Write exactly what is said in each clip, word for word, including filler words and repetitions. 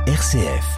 R C F.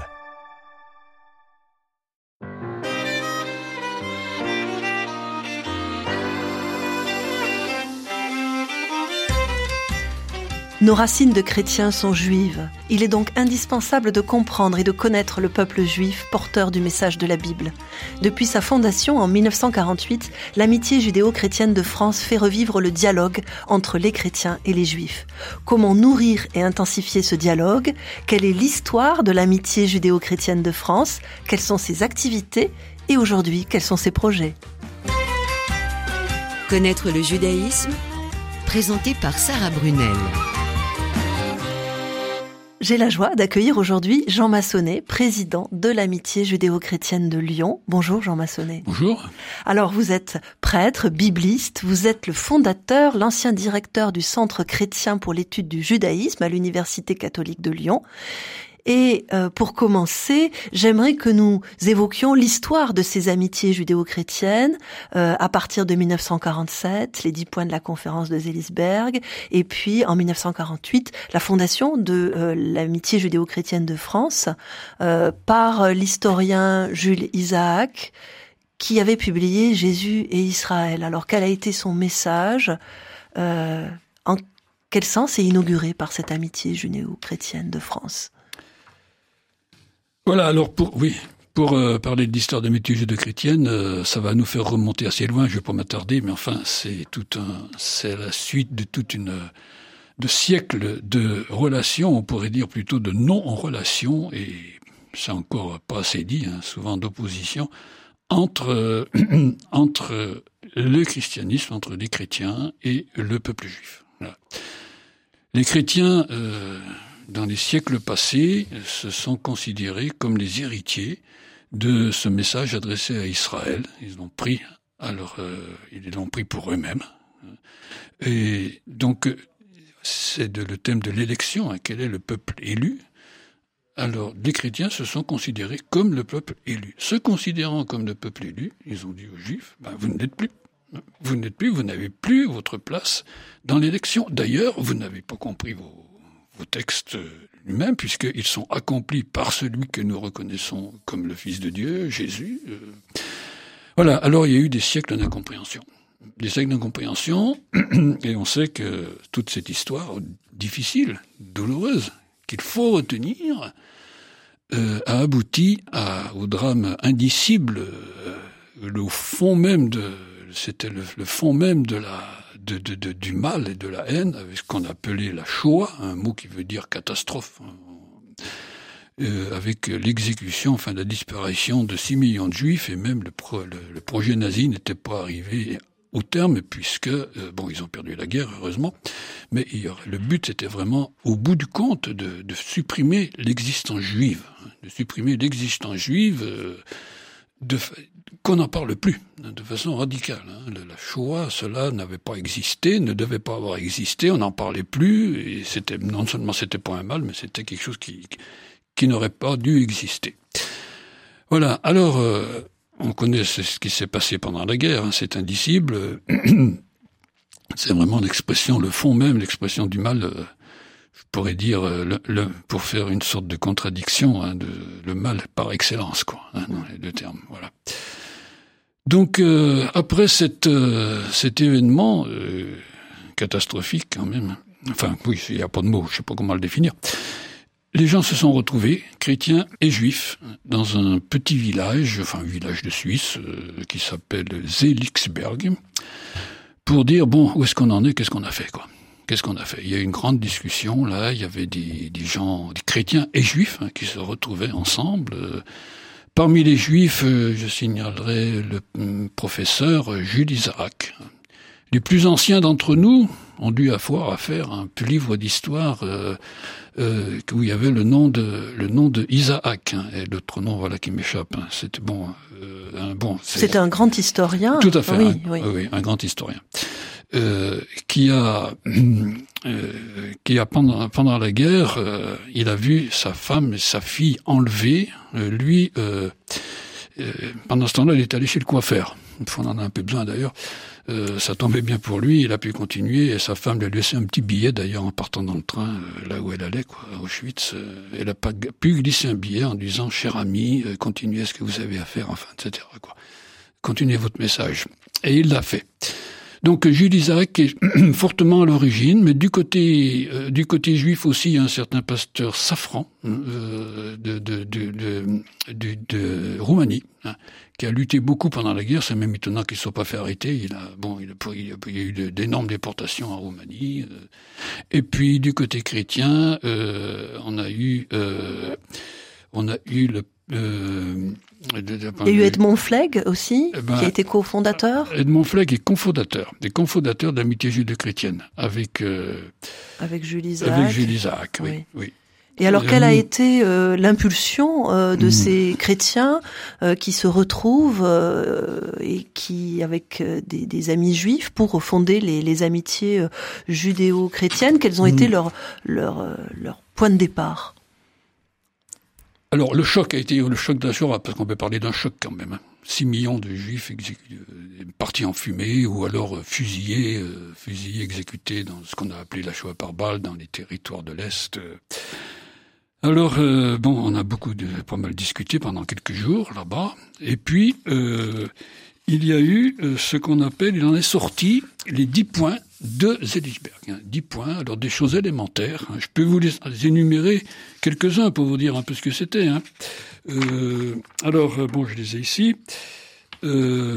Nos racines de chrétiens sont juives. Il est donc indispensable de comprendre et de connaître le peuple juif porteur du message de la Bible. Depuis sa fondation en mille neuf cent quarante-huit, l'Amitié judéo-chrétienne de France fait revivre le dialogue entre les chrétiens et les juifs. Comment nourrir et intensifier ce dialogue ? Quelle est l'histoire de l'Amitié judéo-chrétienne de France ? Quelles sont ses activités ? Et aujourd'hui, quels sont ses projets ? Connaître le judaïsme ? Présenté par Sarah Brunel. J'ai la joie d'accueillir aujourd'hui Jean Massonnet, président de l'Amitié judéo-chrétienne de Lyon. Bonjour Jean Massonnet. Bonjour. Alors vous êtes prêtre, bibliste, vous êtes le fondateur, l'ancien directeur du Centre chrétien pour l'étude du judaïsme à l'Université catholique de Lyon. Et euh, pour commencer, j'aimerais que nous évoquions l'histoire de ces amitiés judéo-chrétiennes euh, à partir de mille neuf cent quarante-sept, les dix points de la conférence de Sélisberg, et puis en mille neuf cent quarante-huit, la fondation de euh, l'Amitié judéo-chrétienne de France euh, par l'historien Jules Isaac, qui avait publié Jésus et Israël. Alors quel a été son message ? euh, En quel sens est inauguré par cette amitié judéo-chrétienne de France ? Voilà, alors pour oui, pour euh, parler de l'histoire de l'amitié judéo-chrétienne, euh, ça va nous faire remonter assez loin, je vais pas m'attarder, mais enfin, c'est tout un, c'est la suite de toute une, de siècles de relations, on pourrait dire plutôt de non-relations, et c'est encore pas assez dit, hein, souvent d'opposition, entre, euh, entre le christianisme, entre les chrétiens et le peuple juif. Voilà. Les chrétiens, euh, dans les siècles passés, se sont considérés comme les héritiers de ce message adressé à Israël. Ils l'ont pris, alors euh, ils l'ont pris pour eux-mêmes. Et donc, c'est de, le thème de l'élection, hein, quel est le peuple élu ? Alors, les chrétiens se sont considérés comme le peuple élu. Se considérant comme le peuple élu, ils ont dit aux Juifs, ben, vous ne l'êtes plus. Vous n'êtes plus, vous n'avez plus votre place dans l'élection. D'ailleurs, vous n'avez pas compris vos vos textes lui-même, puisqu'ils sont accomplis par celui que nous reconnaissons comme le Fils de Dieu, Jésus. Euh, voilà, alors il y a eu des siècles d'incompréhension. Des siècles d'incompréhension, et on sait que toute cette histoire difficile, douloureuse, qu'il faut retenir, euh, a abouti à, au drame indicible, euh, le fond même de... C'était le, le fond même de la... De, de, de, du mal et de la haine, avec ce qu'on appelait la Shoah, un mot qui veut dire catastrophe, euh, avec l'exécution, enfin la disparition de six millions de Juifs, et même le, pro, le, le projet nazi n'était pas arrivé au terme, puisque, euh, bon, ils ont perdu la guerre, heureusement, mais il y aurait, le but c'était vraiment, au bout du compte, de, de supprimer l'existence juive, hein, de supprimer l'existence juive, euh, de, qu'on n'en parle plus, de façon radicale. Hein. La Shoah, cela n'avait pas existé, ne devait pas avoir existé, on n'en parlait plus, et c'était, non seulement c'était pas un mal, mais c'était quelque chose qui, qui n'aurait pas dû exister. Voilà, alors, euh, on connaît ce qui s'est passé pendant la guerre, hein, c'est indicible, c'est vraiment l'expression, le fond même, l'expression du mal, euh, je pourrais dire, le, le, pour faire une sorte de contradiction, hein, de, le mal par excellence, quoi, hein, dans les deux termes, voilà. Donc, euh, après cette, euh, cet événement euh, catastrophique quand même, enfin, oui, il n'y a pas de mots, je ne sais pas comment le définir, les gens se sont retrouvés, chrétiens et juifs, dans un petit village, enfin un village de Suisse, euh, qui s'appelle Seligsberg, pour dire, bon, où est-ce qu'on en est, qu'est-ce qu'on a fait, quoi. Qu'est-ce qu'on a fait ? Il y a eu une grande discussion, là, il y avait des, des gens, des chrétiens et juifs, hein, qui se retrouvaient ensemble. Euh, parmi les juifs, euh, je signalerai le euh, professeur Jules Isaac. Les plus anciens d'entre nous ont dû avoir à faire un livre d'histoire euh, euh, où il y avait le nom de le nom de Isaac, hein, et l'autre nom, voilà, qui m'échappe. Hein, c'était bon, euh, un bon. C'est... C'était un grand historien. Tout à fait, oui, un, oui. oui, un grand historien. Euh, qui a, euh, qui a pendant pendant la guerre, euh, il a vu sa femme et sa fille enlevées. Euh, lui, euh, euh, pendant ce temps-là, il est allé chez le coiffeur. Une fois, on en a un peu besoin d'ailleurs. Euh, ça tombait bien pour lui, il a pu continuer, et sa femme lui a laissé un petit billet d'ailleurs en partant dans le train, euh, là où elle allait, quoi, à Auschwitz. Euh, elle a pas pu glisser un billet en disant « Cher ami, euh, continuez ce que vous avez à faire », enfin, et cetera, quoi. Continuez votre message. Et il l'a fait. Donc Jules Isaac est fortement à l'origine, mais du côté euh, du côté juif aussi, il y a un certain pasteur Safran euh, de, de, de, de, de, de Roumanie, hein, qui a lutté beaucoup pendant la guerre. C'est même étonnant qu'il ne soit pas fait arrêter. Il a bon, il a, il a, il y a eu d'énormes déportations en Roumanie. Euh, et puis du côté chrétien, euh, on a eu euh, on a eu le Euh, Il y a eu Edmond Flegg aussi, eh ben, qui a été cofondateur. Edmond Flegg est cofondateur, des cofondateurs d'Amitié judo-chrétienne, avec euh, avec Jules Isaac. Avec Jules Isaac, oui. oui. oui. Et alors, quelle a été euh, l'impulsion euh, de mmh. ces chrétiens euh, qui se retrouvent euh, et qui, avec euh, des, des amis juifs, pour fonder les, les amitiés euh, judéo-chrétiennes, quels ont mmh. été leurs leur, euh, leur points de départ? Alors, le choc a été le choc de la Shoah, parce qu'on peut parler d'un choc quand même. Hein. six millions de juifs exécutés, partis en fumée, ou alors fusillés, euh, fusillés, exécutés dans ce qu'on a appelé la Shoah par balle, dans les territoires de l'Est. Alors, euh, bon, on a beaucoup de, pas mal discuté pendant quelques jours, là-bas. Et puis, euh, il y a eu euh, ce qu'on appelle, il en est sorti, les dix points de Zelisberg. Hein, dix points, alors des choses élémentaires. Hein. Je peux vous les énumérer quelques-uns pour vous dire un peu ce que c'était. Hein. Euh, alors, euh, bon, je les ai ici. Euh,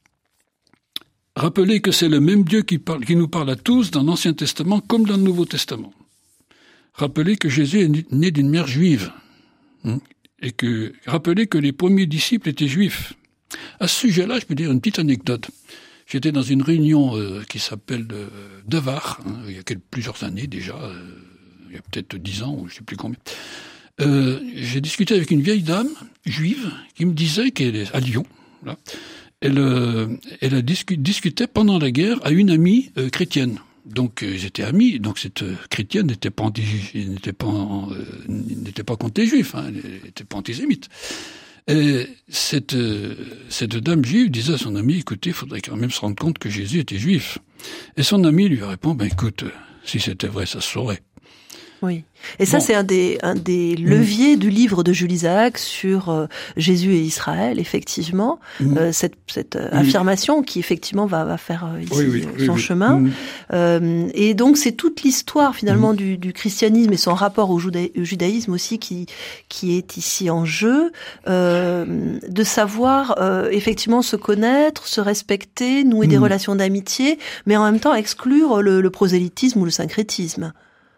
rappelez que c'est le même Dieu qui, parle, qui nous parle à tous dans l'Ancien Testament comme dans le Nouveau Testament. Rappelez que Jésus est né d'une mère juive. Hein, et que, rappelez que les premiers disciples étaient juifs. À ce sujet-là, je peux dire une petite anecdote. J'étais dans une réunion euh, qui s'appelle euh, Devar, hein, il y a quelques, plusieurs années déjà, euh, il y a peut-être dix ans, ou je ne sais plus combien. Euh, j'ai discuté avec une vieille dame juive qui me disait qu'elle est à Lyon. Là, elle, euh, elle a discu- discuté pendant la guerre à une amie euh, chrétienne. Donc euh, ils étaient amis. Donc cette euh, chrétienne n'était pas anti, n'était pas euh, n'était pas contre les juifs, hein, elle n'était pas antisémite. Et cette, euh, cette dame juive disait à son ami, écoutez, il faudrait quand même se rendre compte que Jésus était juif. Et son ami lui répond, ben écoute, si c'était vrai, ça se saurait. Oui. Et ça, bon. c'est un des, un des leviers mmh. du livre de Jules Isaac sur euh, Jésus et Israël, effectivement. Mmh. Euh, cette cette euh, mmh. affirmation qui, effectivement, va, va faire euh, ici oui, oui, son oui, chemin. Oui. Euh, et donc, c'est toute l'histoire, finalement, mmh. du, du christianisme et son rapport au, juda- au judaïsme aussi qui, qui est ici en jeu. Euh, de savoir, euh, effectivement, se connaître, se respecter, nouer mmh. des relations d'amitié, mais en même temps exclure le, le prosélytisme ou le syncrétisme.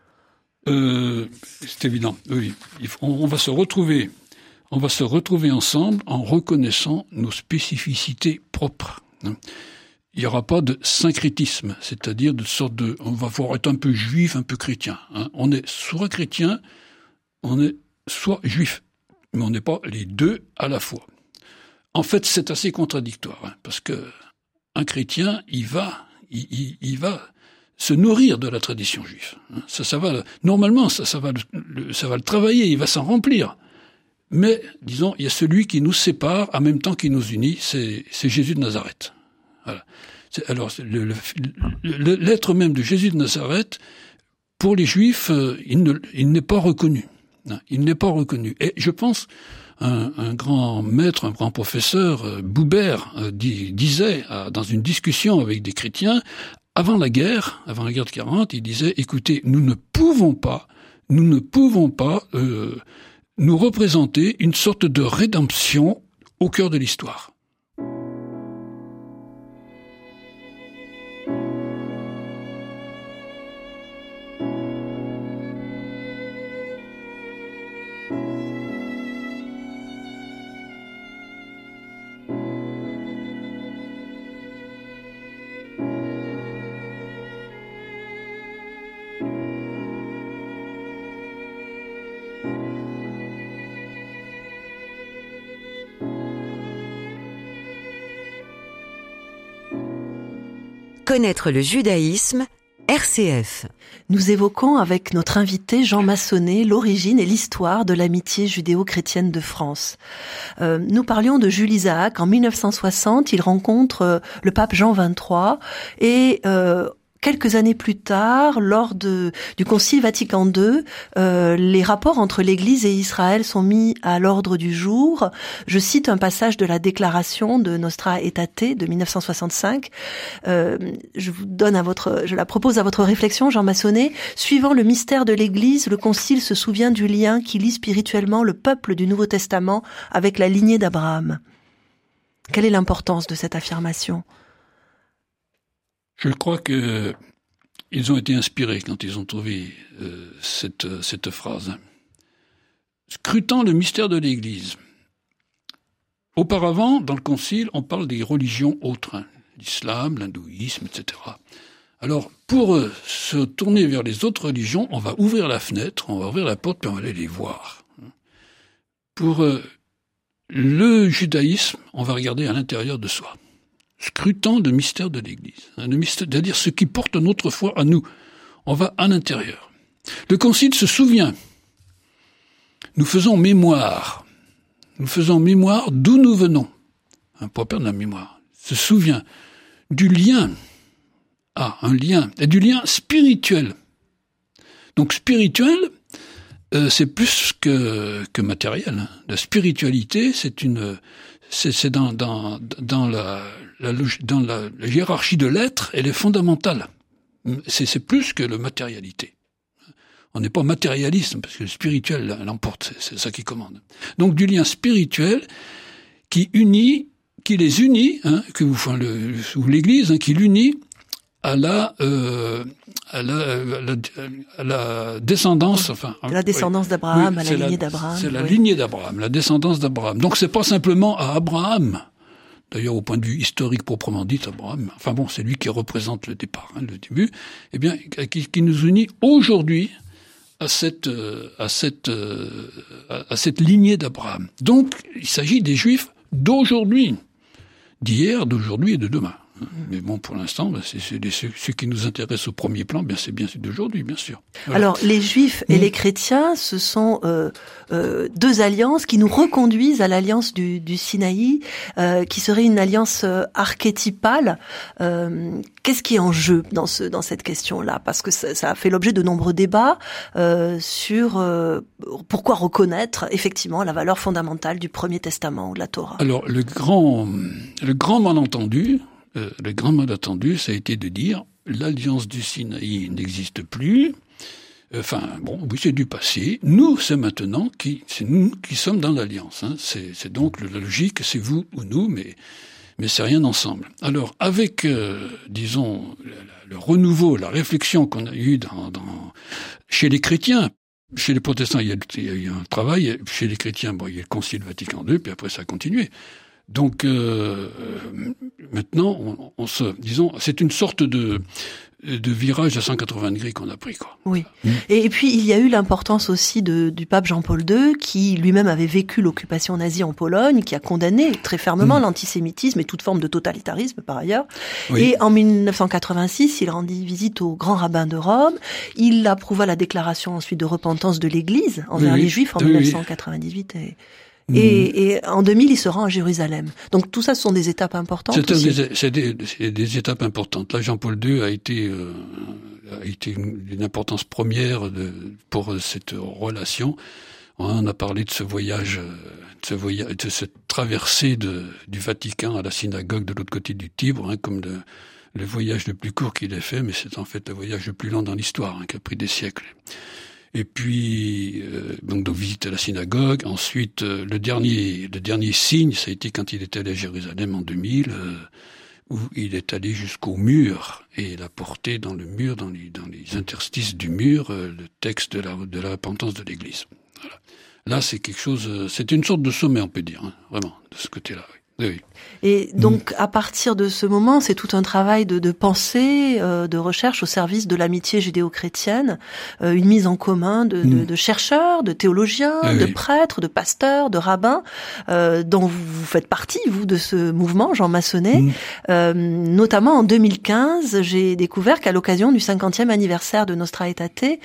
Euh, c'est évident, oui. On, on va se retrouver, on va se retrouver ensemble en reconnaissant nos spécificités propres. Hein. Il n'y aura pas de syncrétisme, c'est-à-dire de sorte de, on va pouvoir être un peu juif, un peu chrétien. Hein. On est soit chrétien, on est soit juif, mais on n'est pas les deux à la fois. En fait, c'est assez contradictoire, hein, parce que un chrétien, il va, il, il, il va. se nourrir de la tradition juive. Ça, ça va, normalement, ça, ça va le, ça va le travailler, il va s'en remplir. Mais, disons, il y a celui qui nous sépare en même temps qui nous unit, c'est, c'est Jésus de Nazareth. Voilà. C'est, alors, le, le, le, l'être même de Jésus de Nazareth, pour les Juifs, euh, il, ne, il n'est pas reconnu. Non, il n'est pas reconnu. Et je pense, un, un grand maître, un grand professeur, euh, Boubert, euh, dit, disait, euh, dans une discussion avec des chrétiens, avant la guerre, avant la guerre de quarante, il disait, écoutez, nous ne pouvons pas, nous ne pouvons pas euh, nous représenter une sorte de rédemption au cœur de l'histoire. Connaître le judaïsme, R R C F. Nous évoquons avec notre invité Jean Massonnet l'origine et l'histoire de l'amitié judéo-chrétienne de France. Euh, nous parlions de Jules Isaac. En mille neuf cent soixante, il rencontre euh, le pape Jean vingt-trois et euh, quelques années plus tard, lors de, du Concile Vatican deux, euh, les rapports entre l'Église et Israël sont mis à l'ordre du jour. Je cite un passage de la déclaration de Nostra Aetate de mille neuf cent soixante-cinq. Euh, je vous donne à votre, je la propose à votre réflexion, Jean Massonnet. Suivant le mystère de l'Église, le Concile se souvient du lien qui lie spirituellement le peuple du Nouveau Testament avec la lignée d'Abraham. Quelle est l'importance de cette affirmation ? Je crois que ils ont été inspirés quand ils ont trouvé euh, cette, cette phrase. Scrutant le mystère de l'Église. Auparavant, dans le Concile, on parle des religions autres, hein, l'islam, l'hindouisme, et cetera. Alors, pour euh, se tourner vers les autres religions, on va ouvrir la fenêtre, on va ouvrir la porte, puis on va aller les voir. Pour euh, le judaïsme, on va regarder à l'intérieur de soi. Scrutant le mystère de l'Église, le mystère, c'est-à-dire ce qui porte notre foi à nous. On va à l'intérieur. Le Concile se souvient. Nous faisons mémoire. Nous faisons mémoire d'où nous venons. On peut perdre la mémoire. Se souvient du lien. Ah, un lien. Et du lien spirituel. Donc spirituel, euh, c'est plus que, que matériel. La spiritualité, c'est une... C'est, c'est dans, dans, dans, la, la, dans la, la hiérarchie de l'être, elle est fondamentale. C'est, c'est plus que la matérialité. On n'est pas matérialiste, parce que le spirituel l'emporte, c'est, c'est ça qui commande. Donc du lien spirituel qui unit, qui les unit, hein, que vous, enfin, le, ou l'Église, hein, qui l'unit à la, euh, à la, à la, à la descendance, enfin. La descendance oui. d'Abraham, oui, à la lignée la, d'Abraham. C'est la oui. lignée d'Abraham, la descendance d'Abraham. Donc c'est pas simplement à Abraham. D'ailleurs, au point de vue historique proprement dit, Abraham, enfin bon, c'est lui qui représente le départ, hein, le début, eh bien, qui, qui nous unit aujourd'hui à cette, à cette, à cette lignée d'Abraham. Donc, il s'agit des Juifs d'aujourd'hui, d'hier, d'aujourd'hui et de demain. Mais bon, pour l'instant, c'est, c'est des, ce qui nous intéresse au premier plan, bien c'est bien c'est d'aujourd'hui, bien sûr. Voilà. Alors, les Juifs et mmh. les chrétiens, ce sont euh, euh, deux alliances qui nous reconduisent à l'alliance du, du Sinaï, euh, qui serait une alliance euh, archétypale. Euh, qu'est-ce qui est en jeu dans ce dans cette question-là ? Parce que ça, ça a fait l'objet de nombreux débats euh, sur euh, pourquoi reconnaître effectivement la valeur fondamentale du Premier Testament ou de la Torah. Alors, le grand le grand malentendu. Euh, le grand malentendu, ça a été de dire l'alliance du Sinaï n'existe plus. Enfin, bon, oui, c'est du passé. Nous, c'est maintenant qui, c'est nous qui sommes dans l'alliance. Hein. C'est, c'est donc la logique, c'est vous ou nous, mais mais c'est rien ensemble. Alors, avec, euh, disons, le, le renouveau, la réflexion qu'on a eue dans, dans chez les chrétiens. Chez les protestants, il y a, il y a eu un travail. Chez les chrétiens, bon, il y a le Concile Vatican deux, puis après ça a continué. Donc euh, maintenant, on, on se, disons, c'est une sorte de de virage à cent quatre-vingts degrés qu'on a pris, quoi. Oui. Mmh. Et, et puis il y a eu l'importance aussi de, du pape Jean-Paul deux, qui lui-même avait vécu l'occupation nazie en Pologne, qui a condamné très fermement mmh. l'antisémitisme et toute forme de totalitarisme par ailleurs. Oui. Et en mille neuf cent quatre-vingt-six, il rendit visite au grand rabbin de Rome. Il approuva la déclaration ensuite de repentance de l'Église envers oui, les Juifs en oui, mille neuf cent quatre-vingt-dix-huit. Et... Et, et en deux mille, il se rend à Jérusalem. Donc tout ça, ce sont des étapes importantes. C'est, des, c'est, des, c'est des étapes importantes. Là, Jean-Paul deux a été euh, a été une, une importance première de, pour cette relation. On a parlé de ce voyage, de ce voyage, de cette traversée de, du Vatican à la synagogue de l'autre côté du Tibre, hein, comme le, le voyage le plus court qu'il ait fait, mais c'est en fait le voyage le plus long dans l'histoire, hein, qui a pris des siècles. Et puis, euh, donc, donc visiter la synagogue. Ensuite, euh, le dernier, le dernier signe, ça a été quand il est allé à Jérusalem en deux mille, euh, où il est allé jusqu'au mur et il a porté dans le mur, dans les, dans les interstices du mur, euh, le texte de la, de la repentance de l'Église. Voilà. Là, c'est quelque chose, euh, c'est une sorte de sommet, on peut dire, hein, vraiment, de ce côté-là. Oui. Oui. Et donc, à partir de ce moment, c'est tout un travail de, de pensée, euh, de recherche au service de l'amitié judéo-chrétienne, euh, une mise en commun de, de, de chercheurs, de théologiens, ah, de oui. prêtres, de pasteurs, de rabbins, euh, dont vous, vous faites partie, vous, de ce mouvement, Jean Massonnet. Mmh. Euh, notamment en deux mille quinze, j'ai découvert qu'à l'occasion du cinquantième anniversaire de Nostra Aetate,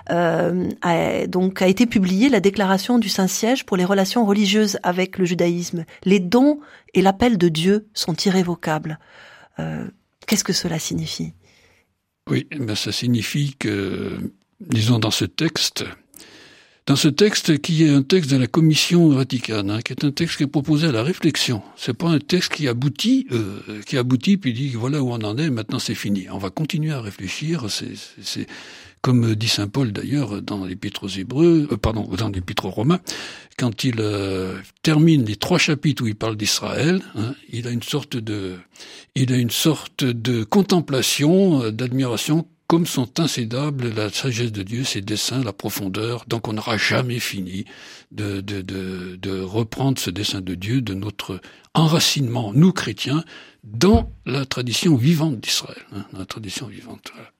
Euh, a, donc a été publiée la déclaration du Saint-Siège pour les relations religieuses avec le judaïsme. Les dons et l'appel de Dieu sont irrévocables. Euh, qu'est-ce que cela signifie ? Oui, ben ça signifie que, disons dans ce texte, dans ce texte qui est un texte de la Commission Vaticane, hein, qui est un texte qui est proposé à la réflexion. C'est pas un texte qui aboutit, euh, qui aboutit puis dit voilà où on en est, maintenant c'est fini. On va continuer à réfléchir. C'est, c'est, c'est comme dit saint Paul d'ailleurs dans l'Épître aux Hébreux, euh, pardon, dans l'Épître aux Romains, quand il euh, termine les trois chapitres où il parle d'Israël, hein, il a une sorte de, il a une sorte de contemplation, euh, d'admiration, comme sont incédables la sagesse de Dieu, ses desseins, la profondeur. Donc on n'aura jamais fini de, de, de, de reprendre ce dessein de Dieu, de notre enracinement, nous chrétiens, dans la tradition vivante d'Israël, hein, la tradition vivante. Voilà.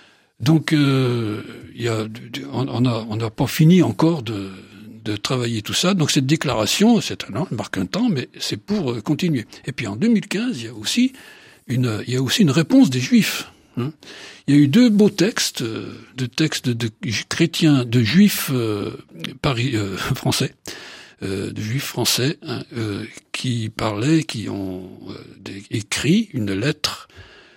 Donc, euh, y a, on n'a on a pas fini encore de, de travailler tout ça. Donc cette déclaration, c'est un an, elle marque un temps, mais c'est pour euh, continuer. Et puis en deux mille quinze, il y a aussi une, il y a aussi une réponse des Juifs. Hein. Il y a eu deux beaux textes, euh, de textes de chrétiens, de Juifs euh, Paris, euh, français, euh, de Juifs français, hein, euh, qui parlaient, qui ont euh, des, écrit une lettre.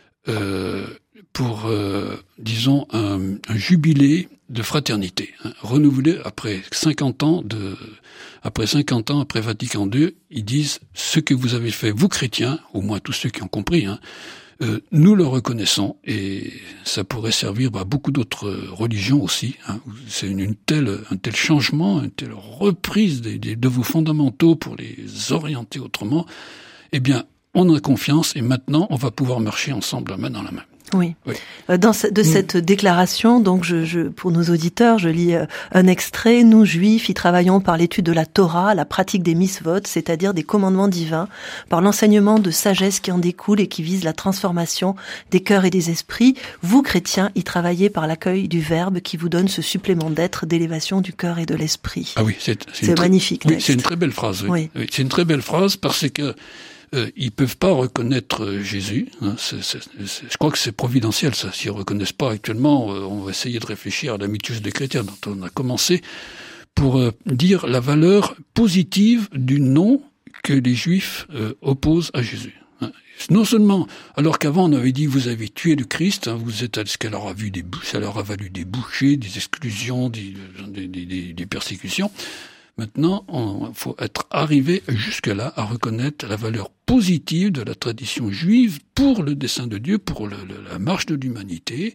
Euh, pour, euh, disons, un, un jubilé de fraternité, hein, renouvelé après cinquante ans de, après cinquante ans, après Vatican deux, ils disent, ce que vous avez fait, vous chrétiens, au moins tous ceux qui ont compris, hein, euh, nous le reconnaissons, et ça pourrait servir à beaucoup d'autres religions aussi, hein, c'est une, une telle, un tel changement, une telle reprise des, des, de vos fondamentaux pour les orienter autrement, eh bien, on a confiance, et maintenant, on va pouvoir marcher ensemble la main dans la main. Oui. oui. Dans ce, de cette déclaration, donc je, je, pour nos auditeurs, je lis un extrait. Nous, Juifs, y travaillons par l'étude de la Torah, la pratique des mitzvot, c'est-à-dire des commandements divins, par l'enseignement de sagesse qui en découle et qui vise la transformation des cœurs et des esprits. Vous, chrétiens, y travaillez par l'accueil du Verbe qui vous donne ce supplément d'être d'élévation du cœur et de l'esprit. Ah oui, c'est, c'est, c'est magnifique. Oui, c'est une très belle phrase. Oui. Oui. oui, c'est une très belle phrase parce que Euh, ils peuvent pas reconnaître Jésus. Hein, c'est, c'est, c'est, je crois que c'est providentiel, ça. S'ils reconnaissent pas actuellement, euh, on va essayer de réfléchir à la mitus des chrétiens dont on a commencé pour euh, dire la valeur positive du nom que les Juifs euh, opposent à Jésus. Hein. Non seulement, alors qu'avant on avait dit vous avez tué le Christ, hein, vous êtes, ce qu'elle leur a vu des bouches, ça leur a valu des bouchées, des exclusions, des, des, des, des persécutions. Maintenant, il faut être arrivé jusque-là à reconnaître la valeur positive de la tradition juive pour le dessein de Dieu, pour le, le, la marche de l'humanité.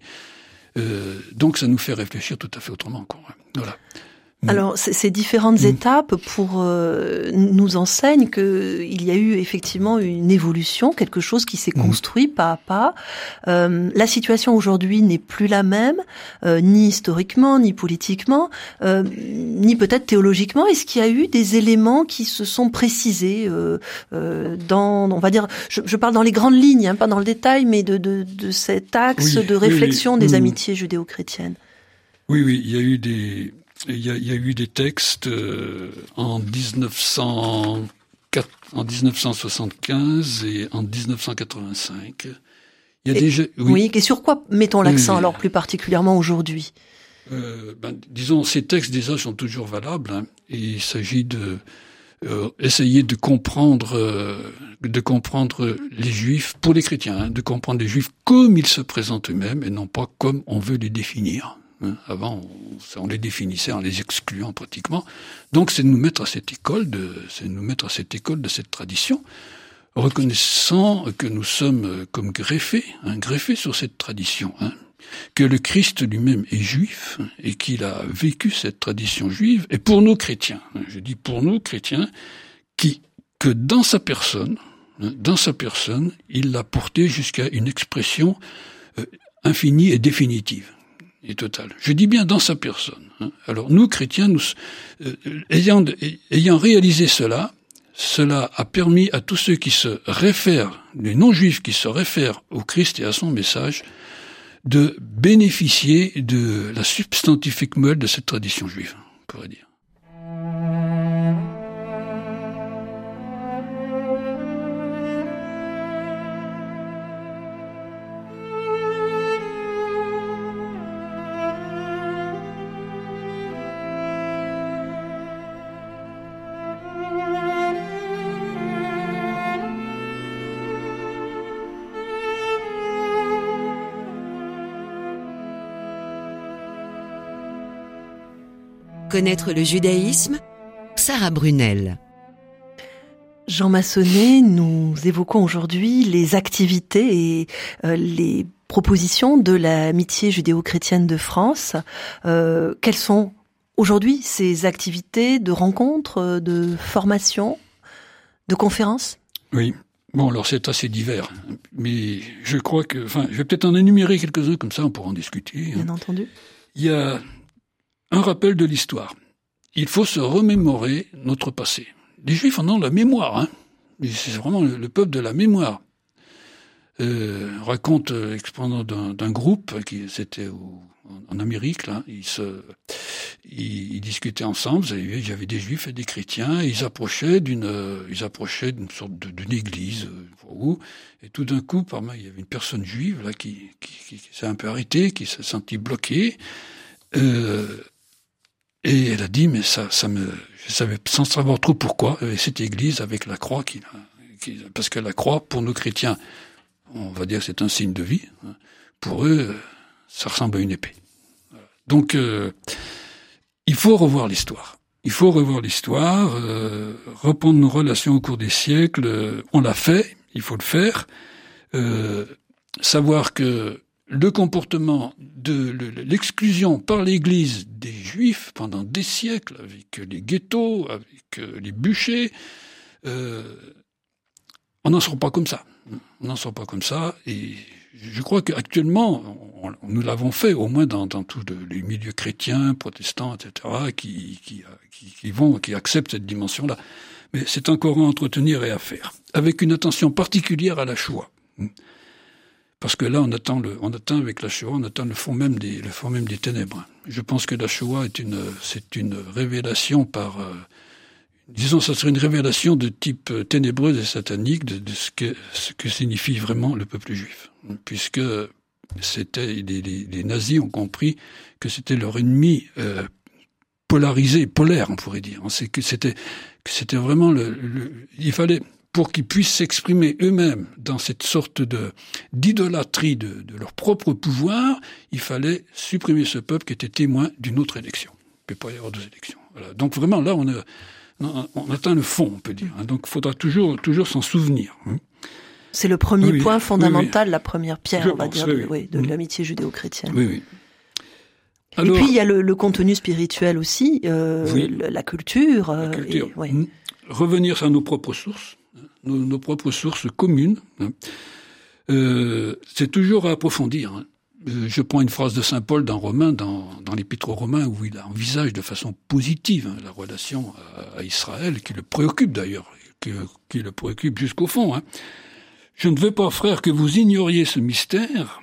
Euh, donc, ça nous fait réfléchir tout à fait autrement encore. Voilà. Alors, ces différentes mmh. étapes pour euh, nous enseignent que il y a eu effectivement une évolution, quelque chose qui s'est mmh. construit pas à pas. Euh, la situation aujourd'hui n'est plus la même, euh, ni historiquement, ni politiquement, euh, ni peut-être théologiquement. Est-ce qu'il y a eu des éléments qui se sont précisés euh, euh, dans, on va dire, je, je parle dans les grandes lignes, hein, pas dans le détail, mais de, de, de cet axe oui, de réflexion oui, oui. des mmh. amitiés judéo-chrétiennes. Oui, oui, il y a eu des Il y, a, il y a eu des textes euh, en, dix-neuf cent quatre, en dix-neuf cent soixante-quinze et en dix-neuf cent quatre-vingt-cinq. Il y a et, déjà, oui. oui, et sur quoi mettons l'accent oui, alors plus particulièrement aujourd'hui euh, ben, disons, ces textes déjà sont toujours valables. Hein, et il s'agit de euh, essayer de comprendre, euh, de comprendre les Juifs pour les chrétiens, hein, de comprendre les Juifs comme ils se présentent eux-mêmes et non pas comme on veut les définir. Avant, on, on les définissait en les excluant pratiquement. Donc, c'est de nous mettre à cette école de, c'est de nous mettre à cette école de cette tradition, reconnaissant que nous sommes comme greffés, hein, greffés sur cette tradition, hein, que le Christ lui-même est juif et qu'il a vécu cette tradition juive. Et pour nous chrétiens, hein, je dis pour nous chrétiens, qui, que dans sa personne, hein, dans sa personne, il l'a porté jusqu'à une expression euh, infinie et définitive. Et total. Je dis bien dans sa personne. Hein. Alors nous, chrétiens, nous, euh, ayant, ayant réalisé cela, cela a permis à tous ceux qui se réfèrent, les non-juifs qui se réfèrent au Christ et à son message, de bénéficier de la substantifique moelle de cette tradition juive, on pourrait dire. Connaître le judaïsme, Sarah Brunel. Jean Massonnet, nous évoquons aujourd'hui les activités et euh, les propositions de l'amitié judéo-chrétienne de France. Euh, quelles sont aujourd'hui ces activités de rencontres, de formations, de conférences ? Oui. Bon, alors c'est assez divers, mais je crois que, enfin, je vais peut-être en énumérer quelques-uns, comme ça on pourra en discuter. Bien entendu. Il y a un rappel de l'histoire. Il faut se remémorer notre passé. Les Juifs en ont la mémoire, hein. C'est vraiment le, le peuple de la mémoire. Euh, raconte l'expérience d'un, d'un groupe qui c'était au, en Amérique, là. Ils se, ils, ils discutaient ensemble. Vous avez vu, il y avait des Juifs et des chrétiens. Et ils approchaient d'une, ils approchaient d'une sorte de, d'une église, où, et tout d'un coup, parmi il y avait une personne juive là qui, qui, qui, qui s'est un peu arrêtée, qui s'est sentie bloquée. Euh, Et elle a dit, mais ça, ça me, je savais sans savoir trop pourquoi, cette église avec la croix, qui, qui, parce que la croix, pour nos chrétiens, on va dire que c'est un signe de vie. Pour eux, ça ressemble à une épée. Donc, euh, il faut revoir l'histoire. Il faut revoir l'histoire, euh, reprendre nos relations au cours des siècles. On l'a fait, il faut le faire. Euh, savoir que le comportement de l'exclusion par l'Église des Juifs pendant des siècles, avec les ghettos, avec les bûchers, euh, on n'en sort pas comme ça. On n'en sort pas comme ça. Et je crois qu'actuellement, on, nous l'avons fait, au moins dans, dans tous les milieux chrétiens, protestants, et cetera, qui, qui, qui, qui vont, qui acceptent cette dimension-là. Mais c'est encore à entretenir et à faire, avec une attention particulière à la Shoah. Parce que là, on atteint le, on atteint avec la Shoah, on atteint le fond même des, le fond même des ténèbres. Je pense que la Shoah est une, c'est une révélation par, euh, disons, ça serait une révélation de type ténébreuse et satanique de, de ce que, ce que signifie vraiment le peuple juif. Puisque c'était, les, les, les nazis ont compris que c'était leur ennemi, euh, polarisé, polaire, on pourrait dire. C'est que c'était, que c'était vraiment le, le il fallait, pour qu'ils puissent s'exprimer eux-mêmes dans cette sorte de d'idolâtrie de, de leur propre pouvoir, il fallait supprimer ce peuple qui était témoin d'une autre élection. Il ne peut pas y avoir deux élections. Voilà. Donc vraiment, là, on, a, on atteint le fond, on peut dire. Donc il faudra toujours, toujours s'en souvenir. C'est le premier oui, point fondamental, oui, oui. la première pierre, Je on va pense, dire, oui, de, oui. oui, de mmh. l'amitié judéo-chrétienne. Oui, oui. Alors, et puis il y a le, le contenu spirituel aussi, euh, oui. la culture. La culture. Et, ouais. mmh. Revenir à nos propres sources. Nos, nos propres sources communes, hein. euh, c'est toujours à approfondir. Hein. Euh, je prends une phrase de saint Paul dans Romains, dans, dans l'Épître aux Romains, où il envisage de façon positive hein, la relation à, à Israël, qui le préoccupe d'ailleurs, qui, qui le préoccupe jusqu'au fond. Hein. Je ne veux pas, frères, que vous ignoriez ce mystère.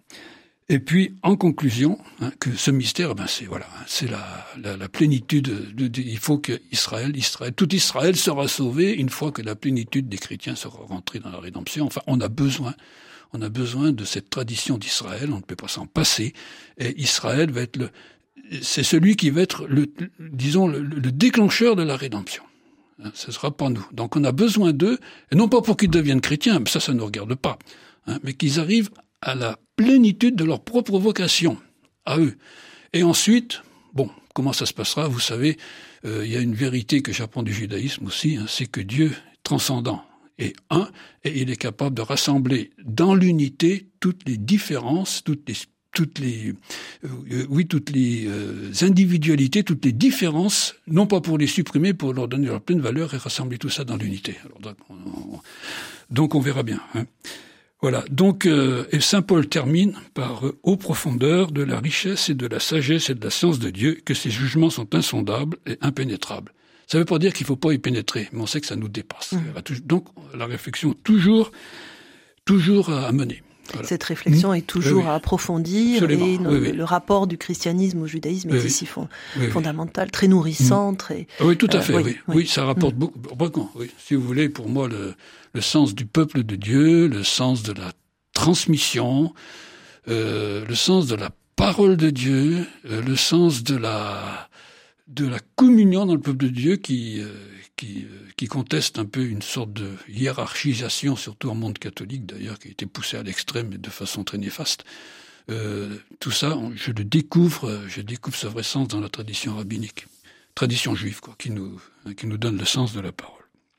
Et puis, en conclusion, hein, que ce mystère, ben c'est voilà, c'est la, la, la plénitude. De, de, il faut que Israël, Israël, tout Israël sera sauvé une fois que la plénitude des chrétiens sera rentrée dans la rédemption. Enfin, on a besoin, on a besoin de cette tradition d'Israël. On ne peut pas s'en passer. Et Israël va être le, c'est celui qui va être le, disons, le, le déclencheur de la rédemption. Hein, ce sera pas nous. Donc, on a besoin d'eux, et non pas pour qu'ils deviennent chrétiens, ça, ça ne nous regarde pas, hein, mais qu'ils arrivent à la plénitude de leur propre vocation, à eux. Et ensuite, bon, comment ça se passera ? Vous savez, euh, il y a une vérité que j'apprends du judaïsme aussi, hein, c'est que Dieu, transcendant, est un, et il est capable de rassembler dans l'unité toutes les différences, toutes les, toutes les, euh, oui, toutes les euh, individualités, toutes les différences, non pas pour les supprimer, pour leur donner leur pleine valeur et rassembler tout ça dans l'unité. Alors, donc, on, donc on verra bien, hein. Voilà, donc euh, et saint Paul termine par euh, « Ô profondeur de la richesse et de la sagesse et de la science de Dieu, que ses jugements sont insondables et impénétrables. » Ça ne veut pas dire qu'il ne faut pas y pénétrer, mais on sait que ça nous dépasse. Mmh. Donc, la réflexion toujours, toujours à mener. Voilà. Cette réflexion mmh. est toujours oui, oui. à approfondir. Absolument. Et oui, oui. le rapport du christianisme au judaïsme oui, est ici fond, oui, fondamental, très nourrissant. Mmh. Très, oui, tout à fait. Euh, oui, oui. oui. oui, ça rapporte mmh. beaucoup. beaucoup oui. Si vous voulez, pour moi, le, le sens du peuple de Dieu, le sens de la transmission, euh, le sens de la parole de Dieu, euh, le sens de la de la communion dans le peuple de Dieu qui euh, qui euh, qui conteste un peu une sorte de hiérarchisation, surtout en monde catholique d'ailleurs, qui a été poussée à l'extrême et de façon très néfaste. Euh, tout ça, je le découvre, je découvre ce vrai sens dans la tradition rabbinique, tradition juive, quoi, qui nous qui nous donne le sens de la parole.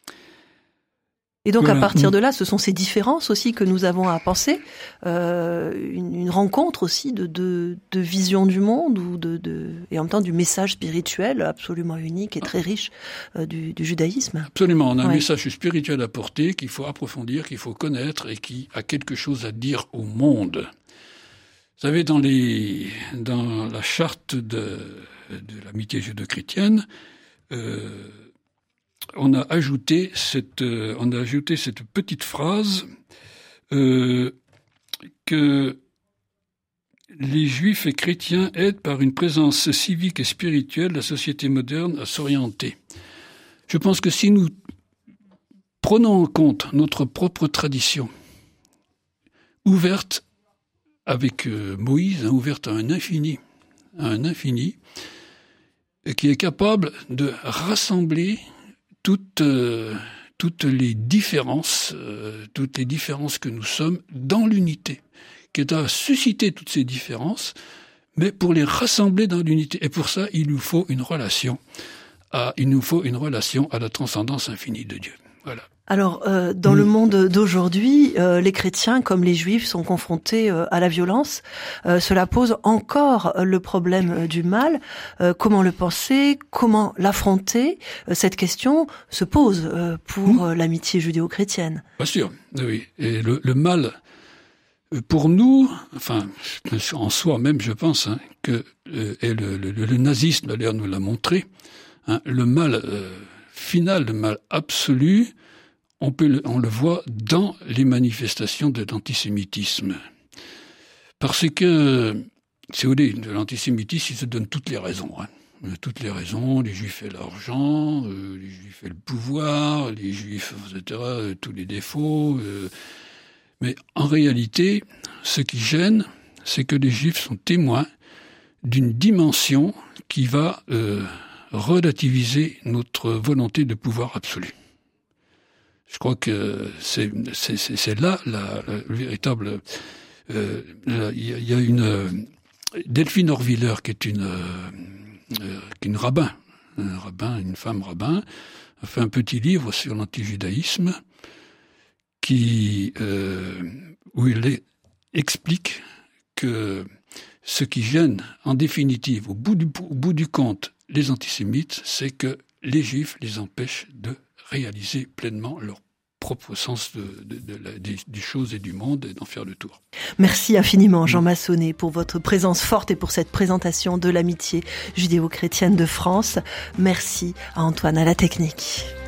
Et donc, voilà. à partir de là, ce sont ces différences aussi que nous avons à penser, euh, une, une rencontre aussi de, de, de vision du monde ou de, de, et en même temps du message spirituel absolument unique et très riche euh, du, du judaïsme. Absolument, on a un ouais. message spirituel à porter qu'il faut approfondir, qu'il faut connaître et qui a quelque chose à dire au monde. Vous savez, dans les, dans la charte de, de l'amitié judéo-chrétienne, euh, on a ajouté cette, euh, on a ajouté cette petite phrase euh, que les Juifs et chrétiens aident par une présence civique et spirituelle la société moderne à s'orienter. Je pense que si nous prenons en compte notre propre tradition, ouverte avec euh, Moïse, hein, ouverte à un infini, à un infini, qui est capable de rassembler toutes euh, toutes les différences, euh, toutes les différences que nous sommes dans l'unité, qui est à susciter toutes ces différences, mais pour les rassembler dans l'unité. Et pour ça, il nous faut une relation, à, il nous faut une relation à la transcendance infinie de Dieu. Voilà. Alors, euh, dans mmh. le monde d'aujourd'hui, euh, les chrétiens comme les juifs sont confrontés euh, à la violence. Euh, cela pose encore euh, le problème euh, du mal. Euh, comment le penser? Comment l'affronter? euh, Cette question se pose euh, pour mmh. euh, l'amitié judéo-chrétienne. Bien sûr, oui. Et le, le mal, pour nous, enfin, en soi même, je pense, hein, que euh, et le, le, le nazisme, d'ailleurs, nous l'a montré, hein, le mal euh, final, le mal absolu, On, peut le, on le voit dans les manifestations de l'antisémitisme. Parce que, si vous voulez, de l'antisémitisme, il se donne toutes les raisons. Hein. Toutes les raisons, les Juifs et l'argent, euh, les Juifs et le pouvoir, les Juifs, et cetera, euh, tous les défauts. Euh. Mais en réalité, ce qui gêne, c'est que les Juifs sont témoins d'une dimension qui va euh, relativiser notre volonté de pouvoir absolu. Je crois que c'est, c'est, c'est, c'est là la, la, le véritable... Euh, il y, y a une... Euh, Delphine Orviller, qui est une, euh, qui est une rabbin, un rabbin, une femme rabbin, a fait un petit livre sur l'antijudaïsme qui, euh, où il explique que ce qui gêne, en définitive, au bout du, au bout du compte, les antisémites, c'est que les Juifs les empêchent de réaliser pleinement leur propre sens de, de, de, de, des, des choses et du monde et d'en faire le tour. Merci infiniment Jean Massonnet pour votre présence forte et pour cette présentation de l'amitié judéo-chrétienne de France. Merci à Antoine à la technique.